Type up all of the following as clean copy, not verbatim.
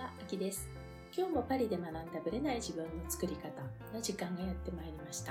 は、あきです。今日もパリで学んだブレない自分の作り方の時間がやってまいりました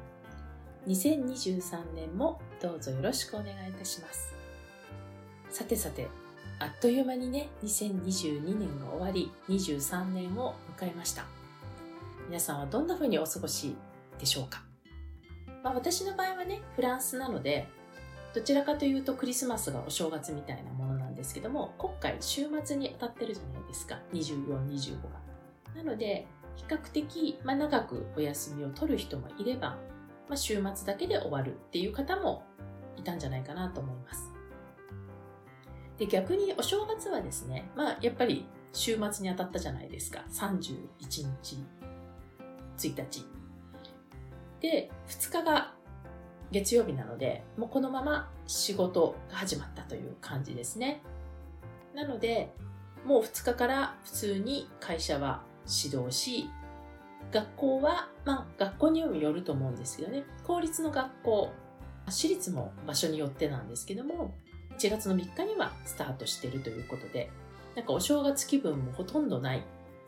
。2023年もどうぞよろしくお願いいたします。さて、あっという間にね、2022年が終わり、23年を迎えました。皆さんはどんな風にお過ごしでしょうか？私の場合はね、フランスなので、どちらかというとクリスマスがお正月みたいなものなんですけども、今回週末に当たってるじゃないですか。24、25が。なので、比較的、長くお休みを取る人もいれば、週末だけで終わるっていう方もいたんじゃないかなと思います。で、逆にお正月はですね、やっぱり週末に当たったじゃないですか。31日、1日。で、2日が月曜日なので、もうこのまま仕事が始まったという感じですね。なので、もう2日から普通に会社は始動し、学校は、学校によると思うんですけどね、公立の学校、私立も場所によってなんですけども、1月の3日にはスタートしているということで、お正月気分もほとんどない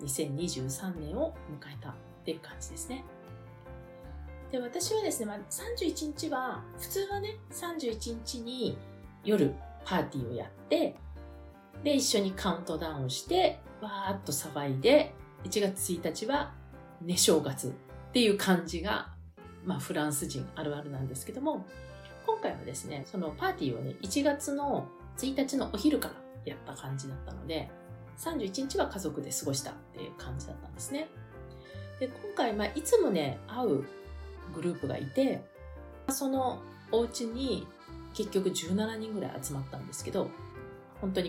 2023年を迎えたっていう感じですね。で、私はですね、31日は、普通はね、31日に夜パーティーをやって、で、一緒にカウントダウンして、わーっと騒いで、1月1日は寝正月っていう感じが、フランス人あるあるなんですけども、今回はですね、そのパーティーをね、1月の1日のお昼からやった感じだったので、31日は家族で過ごしたっていう感じだったんですね。で、今回、いつもね、会うグループがいて、そのお家に結局17人ぐらい集まったんですけど、本当に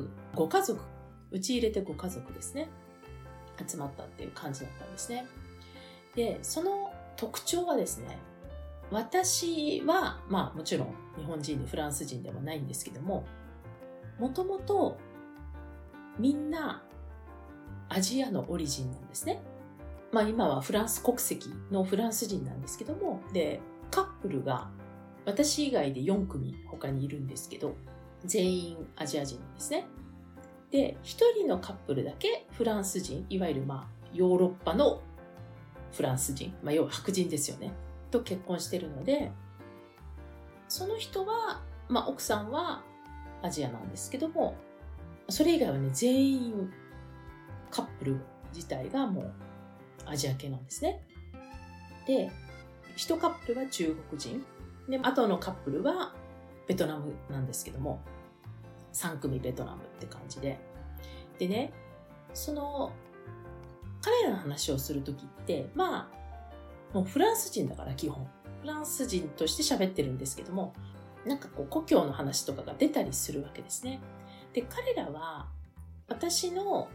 5家族、うち入れて5家族ですね、集まったっていう感じだったんですね。で、その特徴はですね、私は、もちろん日本人でフランス人ではないんですけども、もともとみんなアジアのオリジンなんですね。今はフランス国籍のフランス人なんですけども、で、カップルが私以外で4組他にいるんですけど、全員アジア人なんですね。で、1人のカップルだけフランス人、いわゆるヨーロッパのフランス人、要は白人ですよね、と結婚してるので、その人は、奥さんはアジアなんですけども、それ以外はね、全員カップル自体がもうアジア系なんですね。で、1カップルは中国人で、あとのカップルはベトナムなんですけども、3組ベトナムって感じで、でね、その彼らの話をするときって、もうフランス人だから基本フランス人として喋ってるんですけども、故郷の話とかが出たりするわけですね。で、彼らは私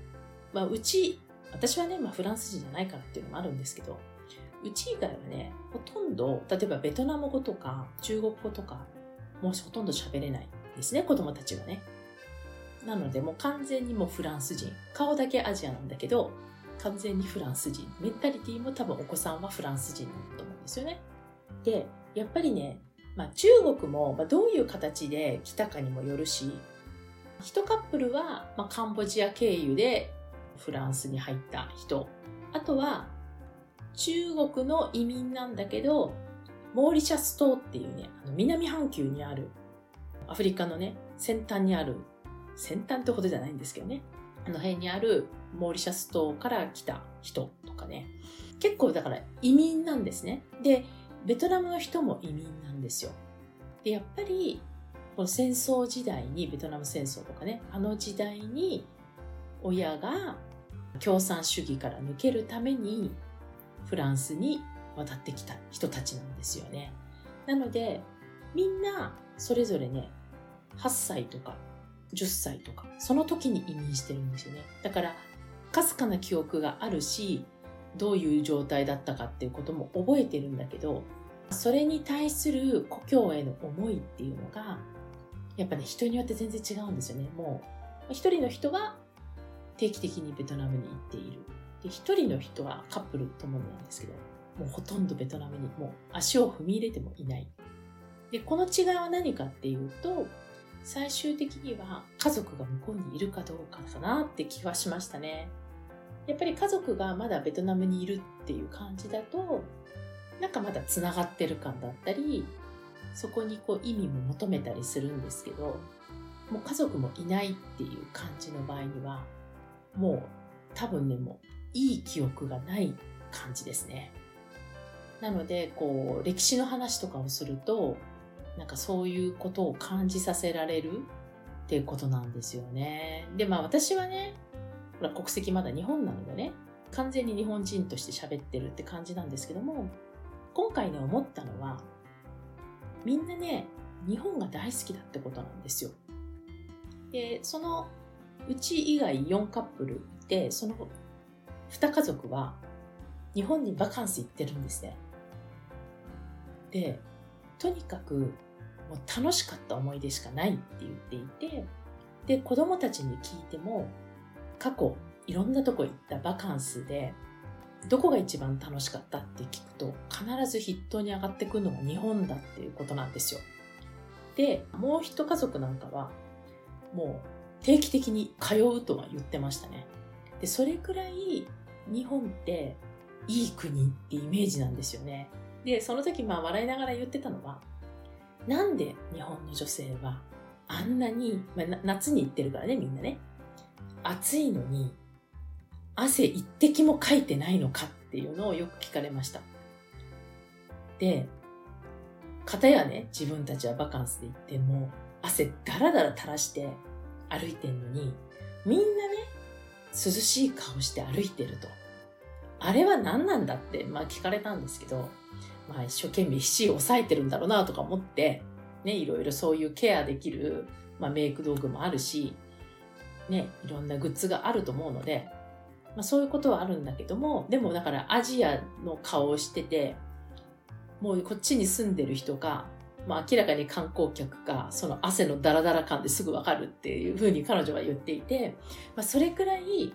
はね、フランス人じゃないからっていうのもあるんですけど、うち以外はね、ほとんど、例えばベトナム語とか中国語とか、もうほとんど喋れないですね、子供たちはね。なので、もう完全にもうフランス人。顔だけアジアなんだけど、完全にフランス人。メンタリティも多分お子さんはフランス人なんだと思うんですよね。で、やっぱりね、中国もどういう形で来たかにもよるし、1カップルはカンボジア経由でフランスに入った人。あとは中国の移民なんだけど、モーリシャス島っていうね、南半球にある、アフリカのね、先端ってほどじゃないんですけどね、辺にあるモーリシャス島から来た人とかね、結構だから移民なんですね。で、ベトナムの人も移民なんですよ。で、やっぱりこの戦争時代に、ベトナム戦争とかね、あの時代に親が共産主義から抜けるためにフランスに渡ってきた人たちなんですよね。なので、みんなそれぞれね、8歳とか10歳とか、その時に移民してるんですよね。だから、かすかな記憶があるし、どういう状態だったかっていうことも覚えてるんだけど、それに対する故郷への思いっていうのが、やっぱね、人によって全然違うんですよね。もう、一人の人は定期的にベトナムに行っている。で、一人の人はカップルともなんですけど、もうほとんどベトナムにもう足を踏み入れてもいない。で、この違いは何かっていうと、 最終的には家族が向こうにいるかどうかかなって気はしましたね。やっぱり家族がまだベトナムにいるっていう感じだと、なんかまだつながってる感だったり、そこに意味も求めたりするんですけど、もう家族もいないっていう感じの場合には、もう多分ね、もういい記憶がない感じですね。なので、歴史の話とかをすると、なんかそういうことを感じさせられるっていうことなんですよね。で、私はね、国籍まだ日本なのでね、完全に日本人として喋ってるって感じなんですけども、今回ね、思ったのは、みんなね、日本が大好きだってことなんですよ。で、そのうち以外4カップルいて、その2家族は日本にバカンス行ってるんですね。で、とにかくもう楽しかった思い出しかないって言っていて、で、子供たちに聞いても、過去いろんなとこ行ったバカンスで、どこが一番楽しかったって聞くと、必ず筆頭に上がってくるのが日本だっていうことなんですよ。で、もう一家族なんかは、もう定期的に通うとは言ってましたね。で、それくらい日本っていい国ってイメージなんですよね。で、その時笑いながら言ってたのは、なんで日本の女性はあんなに、夏に行ってるからね、みんなね。暑いのに汗一滴もかいてないのかっていうのをよく聞かれました。で、片やね、自分たちはバカンスで行っても汗だらだら垂らして歩いてんのに、みんなね、涼しい顔して歩いてると。あれは何なんだって聞かれたんですけど、一生懸命皮脂を抑えてるんだろうなとか思って、ね、いろいろそういうケアできる、メイク道具もあるし、ね、いろんなグッズがあると思うので、そういうことはあるんだけども、でもだからアジアの顔をしてて、もうこっちに住んでる人が、明らかに観光客がその汗のダラダラ感ですぐわかるっていうふうに彼女は言っていて、それくらい、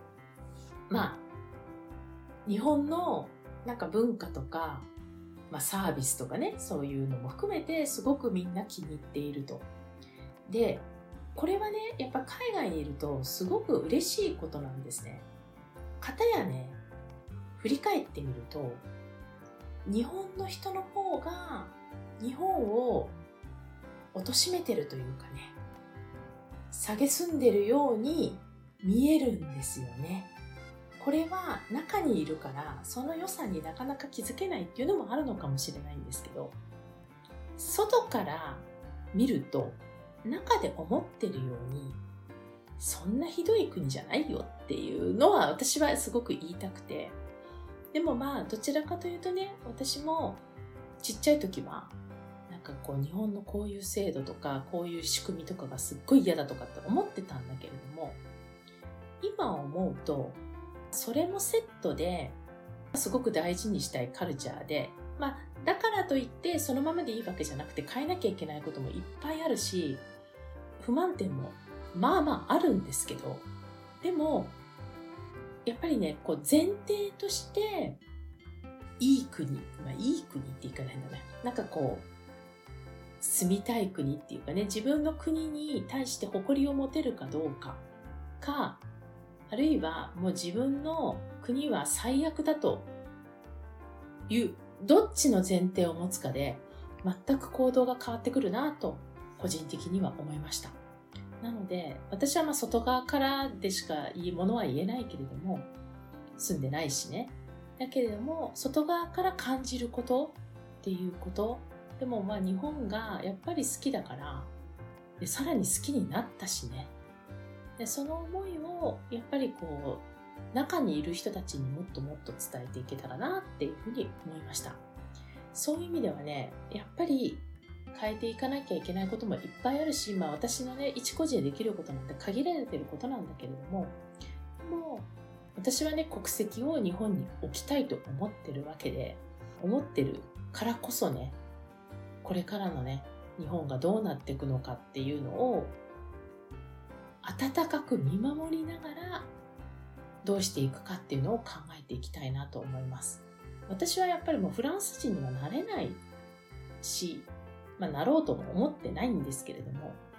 日本のなんか文化とか、サービスとかね、そういうのも含めてすごくみんな気に入っていると。で、これはね、やっぱ海外にいるとすごく嬉しいことなんですね。片やね、振り返ってみると、日本の人の方が日本を貶めてるというかね、蔑んでるように見えるんですよね。これは中にいるからその良さになかなか気づけないっていうのもあるのかもしれないんですけど、外から見ると中で思ってるようにそんなひどい国じゃないよっていうのは私はすごく言いたくて、でもどちらかというとね、私もちっちゃい時はなんか日本のこういう制度とかこういう仕組みとかがすっごい嫌だとかって思ってたんだけれども、今思うとそれもセットですごく大事にしたいカルチャーで、だからといってそのままでいいわけじゃなくて変えなきゃいけないこともいっぱいあるし、不満点もあるんですけど、でもやっぱりね、前提としていい国、いい国って言い方変だね。なんか住みたい国っていうかね、自分の国に対して誇りを持てるかどうかか、あるいはもう自分の国は最悪だというどっちの前提を持つかで全く行動が変わってくるなと個人的には思いました。なので私は外側からでしかいいものは言えないけれども、住んでないしね、だけれども外側から感じることっていうことでも日本がやっぱり好きだから、でさらに好きになったしね、でその思いをやっぱり中にいる人たちにもっともっと伝えていけたらなっていうふうに思いました。そういう意味ではね、やっぱり変えていかなきゃいけないこともいっぱいあるし、私のね、一個人でできることなんて限られてることなんだけれども、でも私はね、国籍を日本に置きたいと思ってるわけで、思ってるからこそね、これからのね、日本がどうなっていくのかっていうのを温かく見守りながらどうしていくかっていうのを考えていきたいなと思います。私はやっぱりもうフランス人にはなれないし、なろうとも思ってないんですけれども、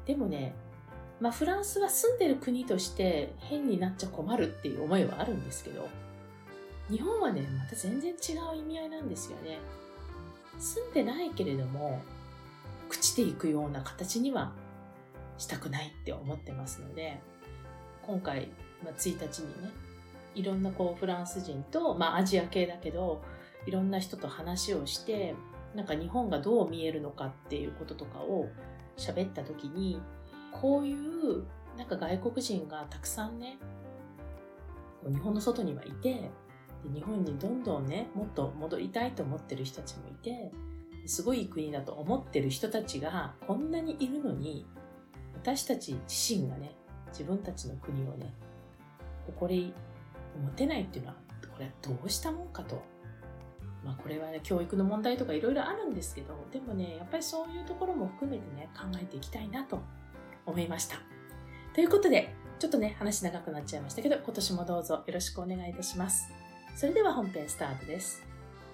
でもね、フランスは住んでる国として変になっちゃ困るっていう思いはあるんですけど、日本はね、また全然違う意味合いなんですよね。住んでないけれども、朽ちていくような形にはしたくないって思ってますので、今回、1日にね、いろんなフランス人と、アジア系だけど、いろんな人と話をして、日本がどう見えるのかっていうこととかを喋った時に、こういう外国人がたくさんね、日本の外にはいて、日本にどんどんね、もっと戻りたいと思ってる人たちもいて、すごいいい国だと思ってる人たちがこんなにいるのに、私たち自身がね、自分たちの国をね、誇り持てないっていうのは、これはどうしたもんかと。これはね、教育の問題とかいろいろあるんですけど、でもね、やっぱりそういうところも含めてね、考えていきたいなと思いました。ということで、ちょっとね、話長くなっちゃいましたけど、今年もどうぞよろしくお願いいたします。それでは本編スタートです。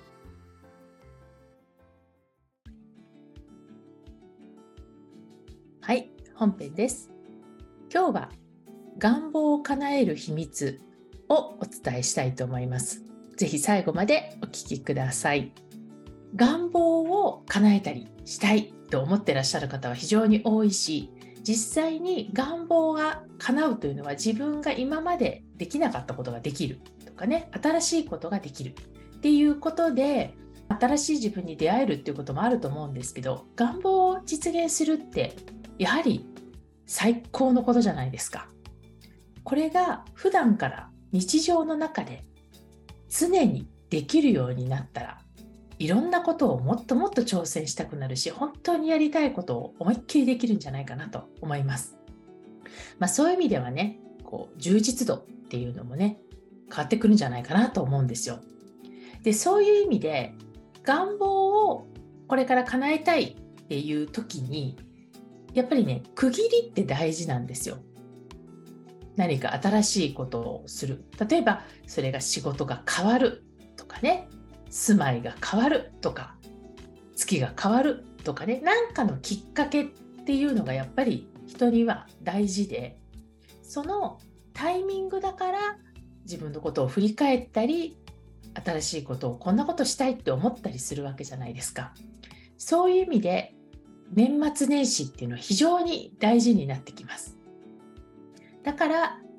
はい、本編です。今日は願望を叶える秘密をお伝えしたいと思います。ぜひ最後までお聞きください。願望を叶えたりしたいと思ってらっしゃる方は非常に多いし、実際に願望が叶うというのは自分が今までできなかったことができるとかね、新しいことができるっていうことで、新しい自分に出会えるっていうこともあると思うんですけど、願望を実現するってやはり最高のことじゃないですか。これが普段から日常の中で常にできるようになったら、いろんなことをもっともっと挑戦したくなるし、本当にやりたいことを思いっきりできるんじゃないかなと思います。そういう意味ではね、充実度っていうのもね、変わってくるんじゃないかなと思うんですよ。で、そういう意味で願望をこれから叶えたいっていう時に、やっぱりね、区切りって大事なんですよ。何か新しいことをする。例えば、それが仕事が変わるとかね、住まいが変わるとか、月が変わるとかね、なんかのきっかけっていうのがやっぱり人には大事で、そのタイミングだから自分のことを振り返ったり、新しいことをこんなことしたいって思ったりするわけじゃないですか。そういう意味で、年末年始っていうのは非常に大事になってきます。だから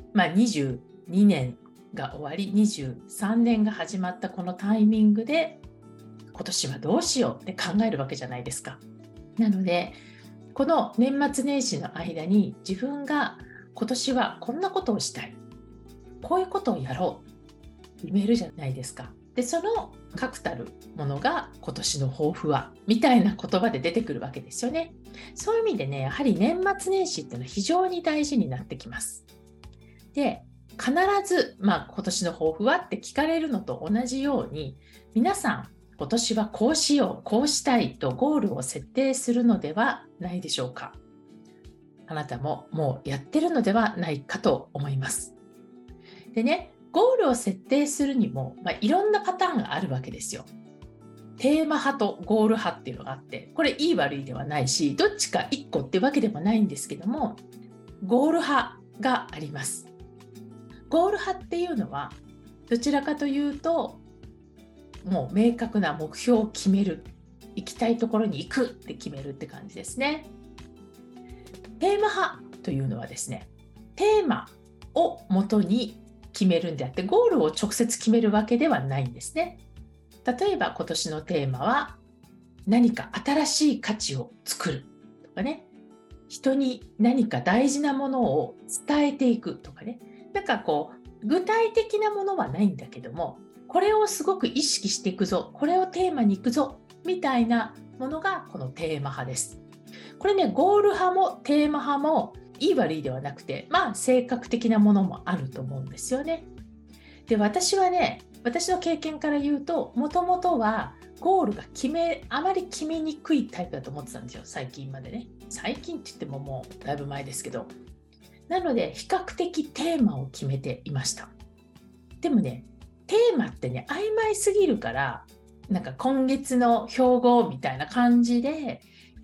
、22年が終わり、23年が始まったこのタイミングで、今年はどうしようって考えるわけじゃないですか。なので、この年末年始の間に自分が今年はこんなことをしたい。こういうことをやろう。決めるじゃないですか。で、その確たるものが今年の抱負はみたいな言葉で出てくるわけですよね。そういう意味でね、やはり年末年始っていうのは非常に大事になってきます。で、必ず、今年の抱負はって聞かれるのと同じように、皆さん今年はこうしよう、こうしたいとゴールを設定するのではないでしょうか。あなたももうやってるのではないかと思います。でね、ゴールを設定するにも、いろんなパターンがあるわけですよ。テーマ派とゴール派っていうのがあって、これいい悪いではないし、どっちか1個ってわけでもないんですけども、ゴール派があります。ゴール派っていうのは、どちらかというと、もう明確な目標を決める。行きたいところに行くって決めるって感じですね。テーマ派というのはですね、テーマを元に決めるんであって、ゴールを直接決めるわけではないんですね。例えば今年のテーマは何か新しい価値を作るとかね、人に何か大事なものを伝えていくとかね、具体的なものはないんだけども、これをすごく意識していくぞ、これをテーマにいくぞみたいなものがこのテーマ派です。これね、ゴール派もテーマ派もいい悪いではなくて、性格的なものもあると思うんですよね。で、私はね、私の経験から言うと、もともとはゴールがあまり決めにくいタイプだと思ってたんですよ、最近までね。最近って言ってももうだいぶ前ですけど。なので、比較的テーマを決めていました。でもね、テーマってね、曖昧すぎるから、今月の標語みたいな感じで、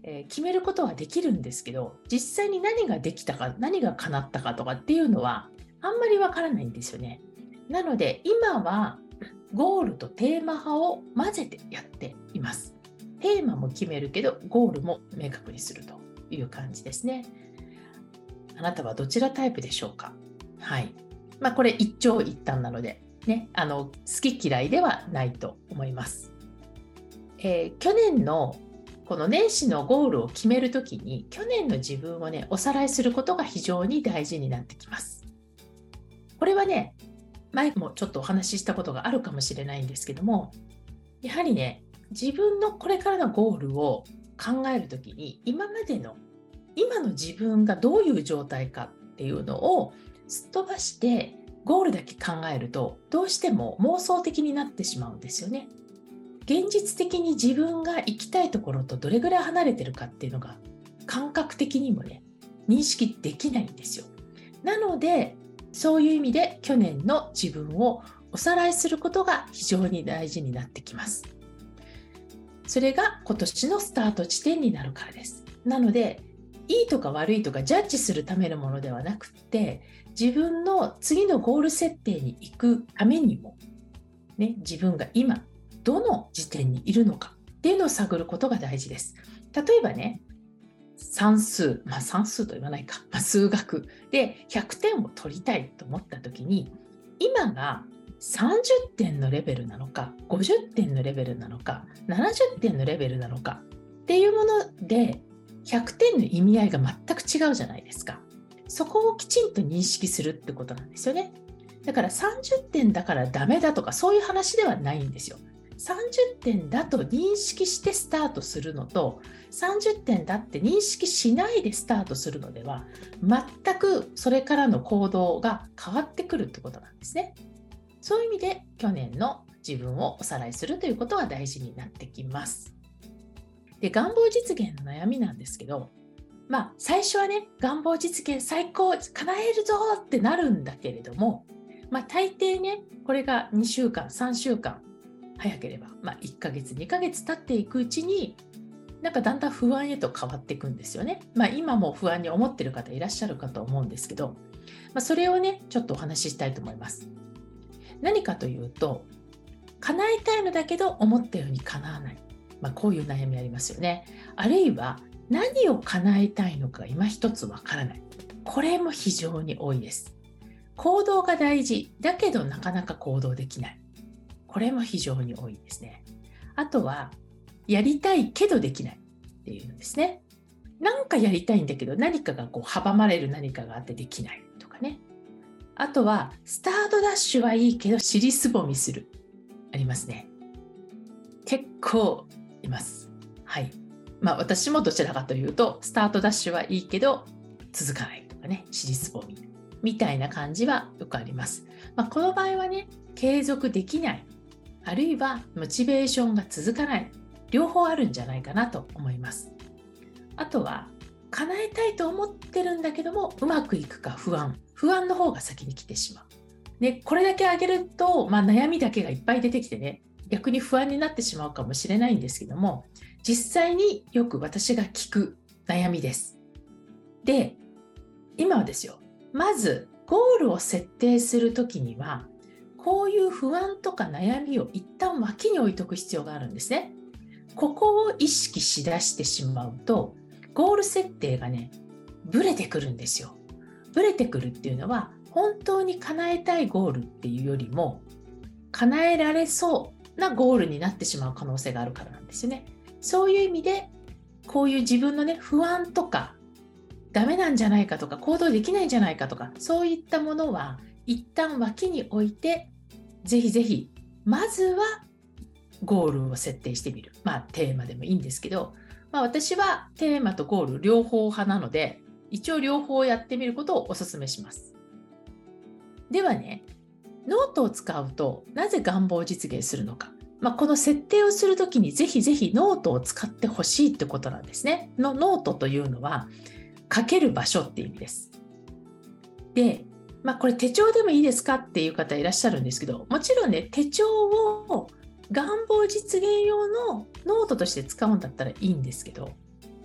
決めることはできるんですけど、実際に何ができたか、何が叶ったかとかっていうのはあんまりわからないんですよね。なので今はゴールとテーマ派を混ぜてやっています。テーマも決めるけどゴールも明確にするという感じですね。あなたはどちらタイプでしょうか？はい。これ一長一短なのでね、好き嫌いではないと思います。去年のこの年始のゴールを決めるときに、去年の自分をね、おさらいすることが非常に大事になってきます。これはね、前もちょっとお話ししたことがあるかもしれないんですけども、やはりね、自分のこれからのゴールを考えるときに、今の自分がどういう状態かっていうのをすっ飛ばして、ゴールだけ考えると、どうしても妄想的になってしまうんですよね。現実的に自分が行きたいところとどれぐらい離れてるかっていうのが感覚的にもね、認識できないんですよ。なので、そういう意味で去年の自分をおさらいすることが非常に大事になってきます。それが今年のスタート地点になるからです。なので、いいとか悪いとかジャッジするためのものではなくって、自分の次のゴール設定に行くためにも、ね、自分が今どの時点にいるのかっていうのを探ることが大事です。例えばね、算数と言わないか、数学で100点を取りたいと思った時に、今が30点のレベルなのか、50点のレベルなのか、70点のレベルなのかっていうもので、100点の意味合いが全く違うじゃないですか。そこをきちんと認識するってことなんですよね。だから30点だからダメだとかそういう話ではないんですよ。30点だと認識してスタートするのと、30点だって認識しないでスタートするのでは、全くそれからの行動が変わってくるってことなんですね。そういう意味で去年の自分をおさらいするということは大事になってきます。で、願望実現の悩みなんですけど、最初はね、願望実現最高、叶えるぞってなるんだけれども、大抵ね、これが2週間、3週間、早ければ、1ヶ月、2ヶ月経っていくうちに、だんだん不安へと変わっていくんですよね。今も不安に思っている方いらっしゃるかと思うんですけど、それをね、ちょっとお話ししたいと思います。何かというと、叶えたいのだけど思ったように叶わない。こういう悩みありますよね。あるいは何を叶えたいのか今一つわからない。これも非常に多いです。行動が大事だけどなかなか行動できない。これも非常に多いですね。あとはやりたいけどできないっていうのですね。なんかやりたいんだけど何かが阻まれる何かがあってできないとかね。あとはスタートダッシュはいいけど尻すぼみする。ありますね。結構います。はい。私もどちらかというとスタートダッシュはいいけど続かないとかね、尻すぼみみたいな感じはよくあります。この場合はね、継続できない、あるいはモチベーションが続かない、両方あるんじゃないかなと思います。あとは叶えたいと思ってるんだけどもうまくいくか不安の方が先に来てしまう。ね、これだけ挙げると、悩みだけがいっぱい出てきてね、逆に不安になってしまうかもしれないんですけども、実際によく私が聞く悩みです。で、今はですよ、まずゴールを設定するときには、こういう不安とか悩みを一旦脇に置いとく必要があるんですね。ここを意識しだしてしまうと、ゴール設定がね、ブレてくるんですよ。ブレてくるっていうのは、本当に叶えたいゴールっていうよりも、叶えられそうなゴールになってしまう可能性があるからなんですよね。そういう意味で、こういう自分のね、不安とか、ダメなんじゃないかとか、行動できないんじゃないかとか、そういったものは一旦脇に置いて、ぜひぜひ、まずはゴールを設定してみる。テーマでもいいんですけど、私はテーマとゴール両方派なので、一応両方やってみることをお勧めします。ではね、ノートを使うとなぜ願望を実現するのか。この設定をするときにぜひぜひノートを使ってほしいってことなんですね。ノートというのは書ける場所っていう意味です。で、これ手帳でもいいですかっていう方いらっしゃるんですけど、もちろんね、手帳を願望実現用のノートとして使うんだったらいいんですけど、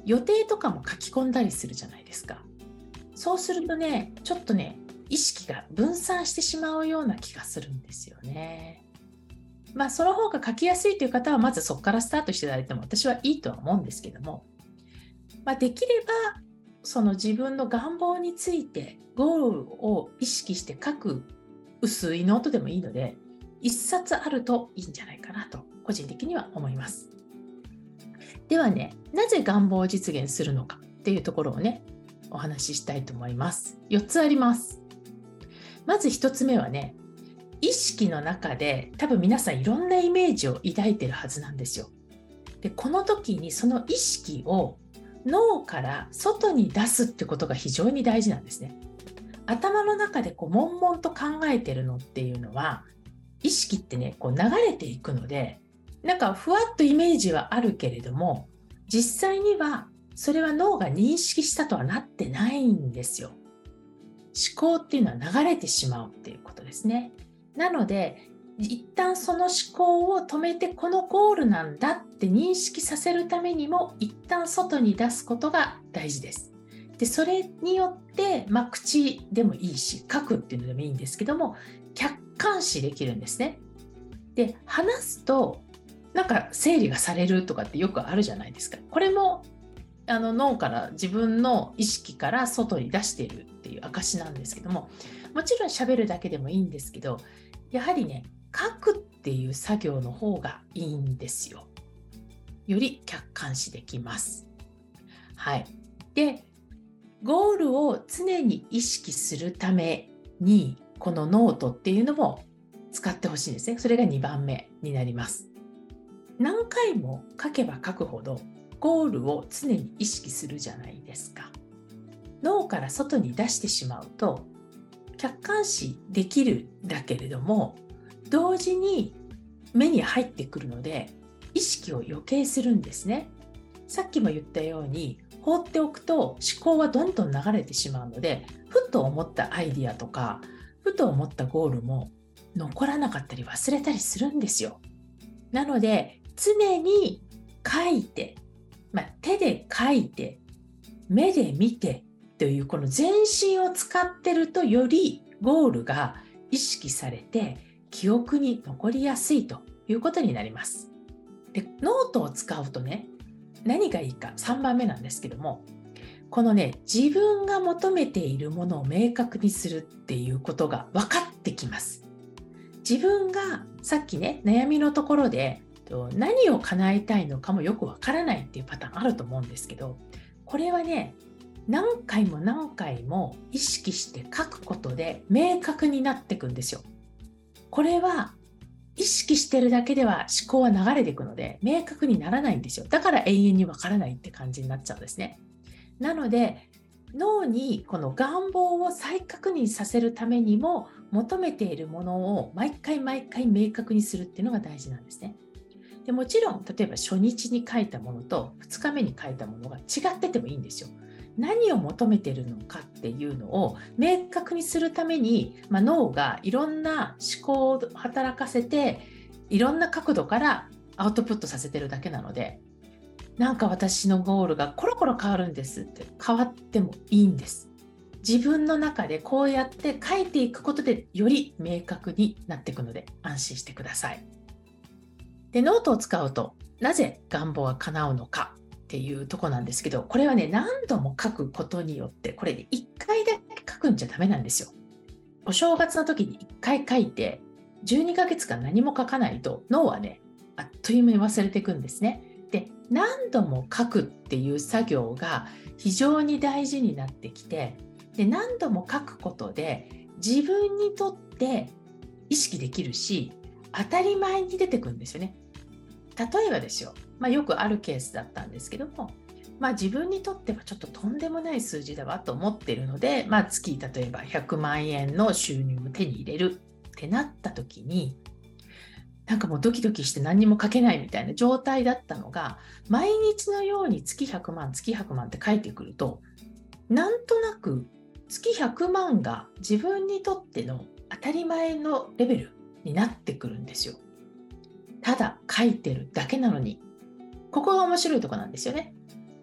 予定とかも書き込んだりするじゃないですか。そうするとね、ちょっとね、意識が分散してしまうような気がするんですよね。その方が書きやすいという方はまずそこからスタートしていただいても私はいいとは思うんですけども、できればその自分の願望についてゴールを意識して書く薄いノートでもいいので一冊あるといいんじゃないかなと個人的には思います。ではね、なぜ願望を実現するのかっていうところをね、お話ししたいと思います。4つあります。まず1つ目はね、意識の中で多分皆さんいろんなイメージを抱いてるはずなんですよ。で、この時にその意識を脳から外に出すってことが非常に大事なんですね。頭の中で悶々と考えてるのっていうのは、意識ってね、流れていくので、なんかふわっとイメージはあるけれども、実際にはそれは脳が認識したとはなってないんですよ。思考っていうのは流れてしまうっていうことですね。なので、一旦その思考を止めてこのゴールなんだって認識させるためにも一旦外に出すことが大事です。で、それによって、口でもいいし書くっていうのでもいいんですけども、客観視できるんですね。で、話すとなんか整理がされるとかってよくあるじゃないですか。これも脳から自分の意識から外に出しているっていう証なんですけども、もちろん喋るだけでもいいんですけど、やはりね、書くっていう作業の方がいいんですよ。より客観視できます。はい。で、ゴールを常に意識するために、このノートっていうのも使ってほしいんですね。それが2番目になります。何回も書けば書くほど、ゴールを常に意識するじゃないですか。脳から外に出してしまうと、客観視できるんだけれども、同時に目に入ってくるので、意識を余計するんですね。さっきも言ったように、放っておくと思考はどんどん流れてしまうので、ふと思ったアイディアとか、ふと思ったゴールも残らなかったり忘れたりするんですよ。なので、常に書いて、手で書いて、目で見てというこの全身を使ってるとよりゴールが意識されて記憶に残りやすいということになります。で、ノートを使うとね、何がいいか3番目なんですけども、このね、自分が求めているものを明確にするっていうことが分かってきます。自分がさっきね、悩みのところで何を叶えたいのかもよくわからないっていうパターンあると思うんですけど、これはね、何回も何回も意識して書くことで明確になっていくんですよ。これは意識してるだけでは思考は流れていくので明確にならないんですよ。だから永遠にわからないって感じになっちゃうんですね。なので、脳にこの願望を再確認させるためにも求めているものを毎回毎回明確にするっていうのが大事なんですね。でもちろん例えば初日に書いたものと2日目に書いたものが違っててもいいんですよ。何を求めているのかっていうのを明確にするために、脳がいろんな思考を働かせていろんな角度からアウトプットさせてるだけなので、なんか私のゴールがコロコロ変わるんですって変わってもいいんです。自分の中でこうやって書いていくことでより明確になっていくので安心してください。で、ノートを使うとなぜ願望が叶うのかっていうとこなんですけど、これはね、何度も書くことによって、これで1回だけ書くんじゃダメなんですよ。お正月の時に1回書いて12ヶ月間何も書かないと脳はね、あっという間に忘れていくんですね。で、何度も書くっていう作業が非常に大事になってきて、で、何度も書くことで自分にとって意識できるし、当たり前に出てくるんですよね。例えばですよ、よくあるケースだったんですけども、自分にとってはちょっととんでもない数字だわと思っているので、月例えば100万円の収入を手に入れるってなった時に、なんかもうドキドキして何にも書けないみたいな状態だったのが、毎日のように月100万、月100万って書いてくると、なんとなく月100万が自分にとっての当たり前のレベルになってくるんですよ。ただ書いてるだけなのに、ここが面白いところなんですよね。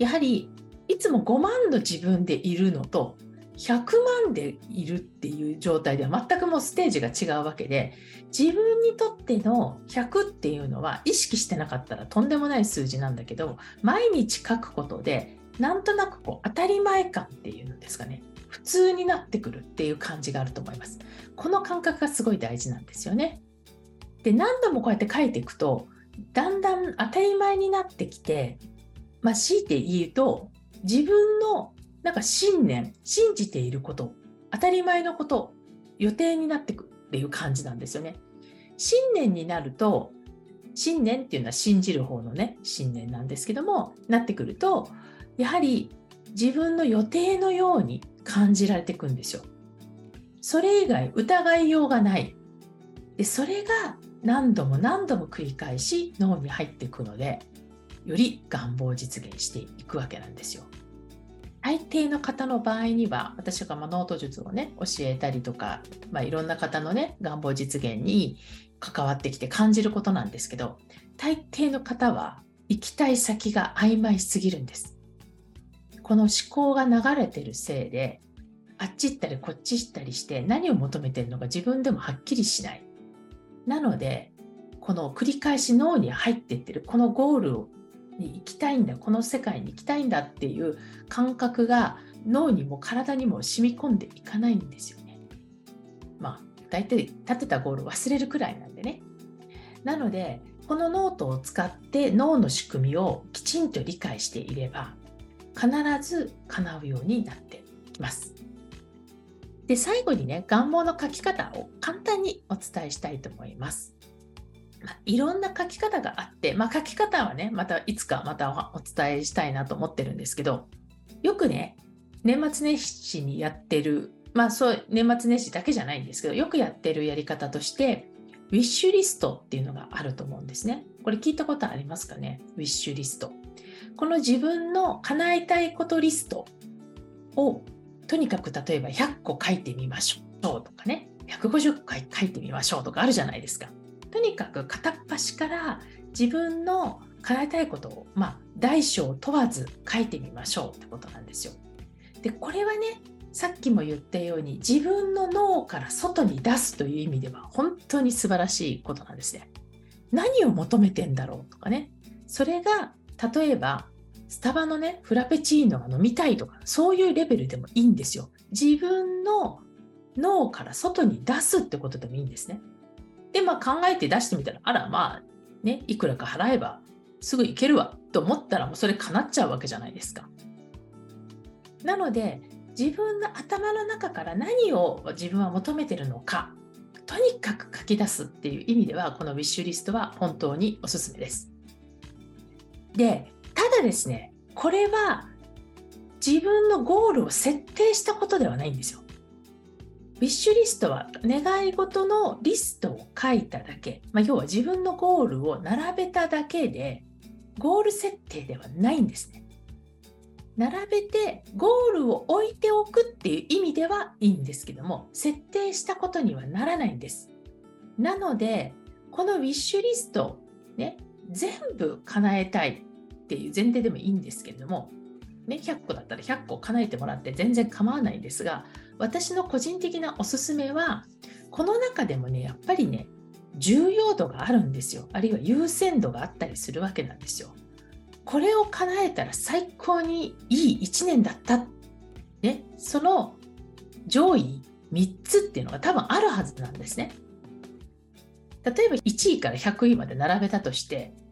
やはりいつも5万の自分でいるのと100万でいるっていう状態では全くもうステージが違うわけで、自分にとっての100っていうのは意識してなかったらとんでもない数字なんだけど、毎日書くことでなんとなく当たり前感っていうのですかね、普通になってくるっていう感じがあると思います。この感覚がすごい大事なんですよね。で、何度もこうやって書いていくとだんだん当たり前になってきて、強いて言うと自分の信念、信じていること、当たり前のこと、予定になってくるっていう感じなんですよね。信念になると、信念っていうのは信じる方のね、信念なんですけども、なってくると、やはり自分の予定のように感じられていくんですよ。それ以外疑いようがない。で、それが何度も何度も繰り返し脳に入っていくので、より願望を実現していくわけなんですよ。大抵の方の場合には、私がノート術をね、教えたりとか、いろんな方のね、願望実現に関わってきて感じることなんですけど、大抵の方は行きたい先が曖昧しすぎるんです。この思考が流れてるせいで、あっち行ったりこっち行ったりして何を求めてるのか自分でもはっきりしない。なので、この繰り返し脳に入っていってるこのゴールに行きたいんだ、この世界に行きたいんだっていう感覚が脳にも体にも染み込んでいかないんですよね。大体立てたゴール忘れるくらいなんでね。なので、このノートを使って脳の仕組みをきちんと理解していれば、必ず叶うようになってきます。で、最後にね、願望の書き方を簡単にお伝えしたいと思います。いろんな書き方があって、書き方はね、いつかまたお伝えしたいなと思ってるんですけど、よくね、年末年始にやってる、そう年末年始だけじゃないんですけど、よくやってるやり方として、ウィッシュリストっていうのがあると思うんですね。これ聞いたことありますかね？ウィッシュリスト。この自分の叶えたいことリストを、とにかく例えば100個書いてみましょうとかね、150個書いてみましょうとかあるじゃないですか。とにかく片っ端から自分の叶えたいことを、大小問わず書いてみましょうってことなんですよ。で、これはね、さっきも言ったように自分の脳から外に出すという意味では本当に素晴らしいことなんですね。何を求めてんだろうとかね。それが例えばスタバのね、フラペチーノが飲みたいとか、そういうレベルでもいいんですよ。自分の脳から外に出すってことでもいいんですね。で、考えて出してみたら、いくらか払えばすぐ行けるわと思ったらもうそれ叶っちゃうわけじゃないですか。なので、自分の頭の中から何を自分は求めてるのか、とにかく書き出すっていう意味では、このウィッシュリストは本当におすすめです。で、ただですね、これは自分のゴールを設定したことではないんですよ。ウィッシュリストは願い事のリストを書いただけ、要は自分のゴールを並べただけで、ゴール設定ではないんですね。並べてゴールを置いておくっていう意味ではいいんですけども、設定したことにはならないんです。なので、このウィッシュリスト、ね、全部叶えたいっていう前提でもいいんですけれども、100個だったら100個叶えてもらって全然構わないんですが、私の個人的なおすすめは、この中でもね、やっぱりね、重要度があるんですよ。あるいは優先度があったりするわけなんですよ。これを叶えたら最高にいい1年だった。ね、その上位3つっていうのが多分あるはずなんですね。例えば1位から100位まで並べたとして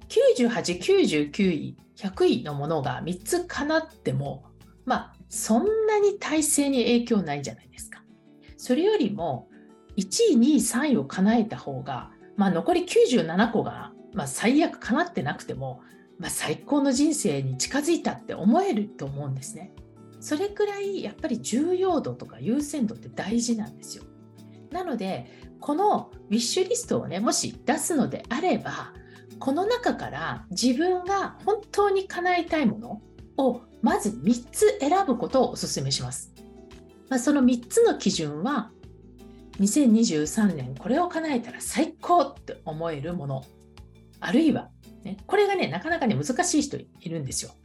、98、99位、100位のものが3つ叶っても、そんなに体制に影響ないじゃないですか。それよりも、1位、2位、3位を叶えた方が、残り97個が、最悪叶ってなくても、最高の人生に近づいたって思えると思うんですね。それくらいやっぱり重要度とか優先度って大事なんですよ。なので、このウィッシュリストをね、もし出すのであれば、この中から自分が本当に叶えたいものをまず3つ選ぶことをお勧めします。その3つの基準は、2023年これを叶えたら最高って思えるもの、あるいは、これがね、なかなかね、難しい人いるんですよ。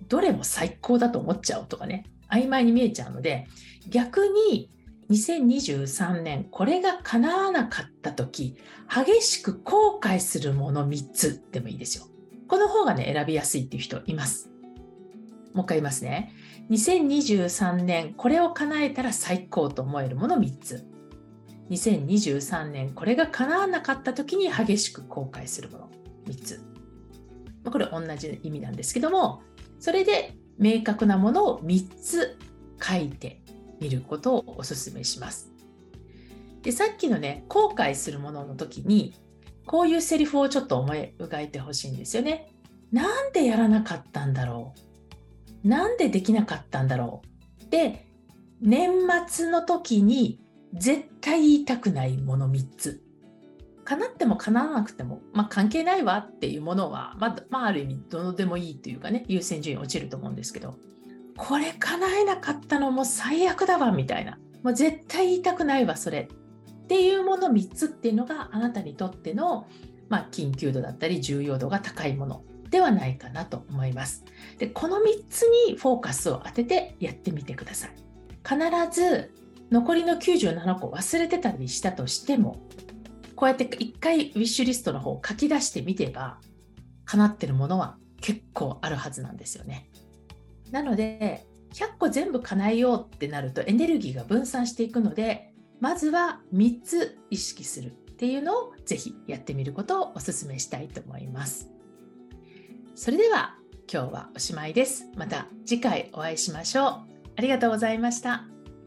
どれも最高だと思っちゃうとかね、曖昧に見えちゃうので、逆に2023年これが叶わなかった時、激しく後悔するもの3つでもいいですよ。この方がね、選びやすいっていう人います。もう一回言いますね。2023年これを叶えたら最高と思えるもの3つ。2023年これが叶わなかった時に激しく後悔するもの3つ。これ同じ意味なんですけども、それで明確なものを3つ書いてみることをお勧めします。で、さっきのね、後悔するものの時に、こういうセリフをちょっと思い描いてほしいんですよね。なんでやらなかったんだろう。なんでできなかったんだろう。で、年末の時に絶対言いたくないもの3つ。叶っても叶わなくても、関係ないわっていうものは、ある意味どうでもいいというかね、優先順位落ちると思うんですけど、これ叶えなかったのも最悪だわみたいな、もう絶対言いたくないわそれっていうもの3つっていうのがあなたにとっての、緊急度だったり重要度が高いものではないかなと思います。で、この3つにフォーカスを当ててやってみてください。必ず残りの97個忘れてたりしたとしても、こうやって一回ウィッシュリストの方を書き出してみてば、叶ってるものは結構あるはずなんですよね。なので、100個全部叶えようってなるとエネルギーが分散していくので、まずは3つ意識するっていうのをぜひやってみることをお勧めしたいと思います。それでは今日はおしまいです。また次回お会いしましょう。ありがとうございました。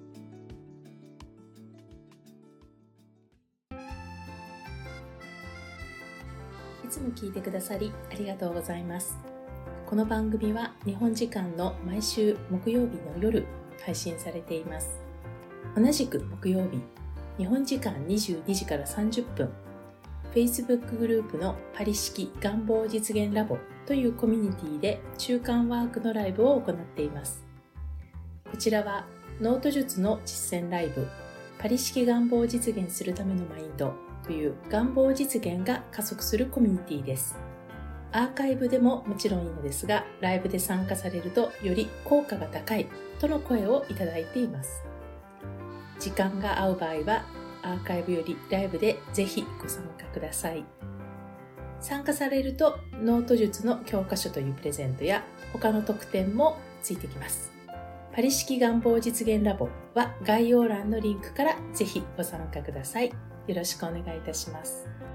いつも聞いてくださりありがとうございます。この番組は日本時間の毎週木曜日の夜配信されています。同じく木曜日、日本時間22時から30分、Facebook グループのパリ式願望実現ラボというコミュニティで中間ワークのライブを行っています。こちらはノート術の実践ライブ、パリ式願望を実現するためのマインドという願望実現が加速するコミュニティです。アーカイブでももちろんいいのですが、ライブで参加されるとより効果が高いとの声をいただいています。時間が合う場合はアーカイブよりライブでぜひご参加ください。参加されるとノート術の教科書というプレゼントや他の特典もついてきます。パリ式願望実現ラボは概要欄のリンクからぜひご参加ください。よろしくお願いいたします。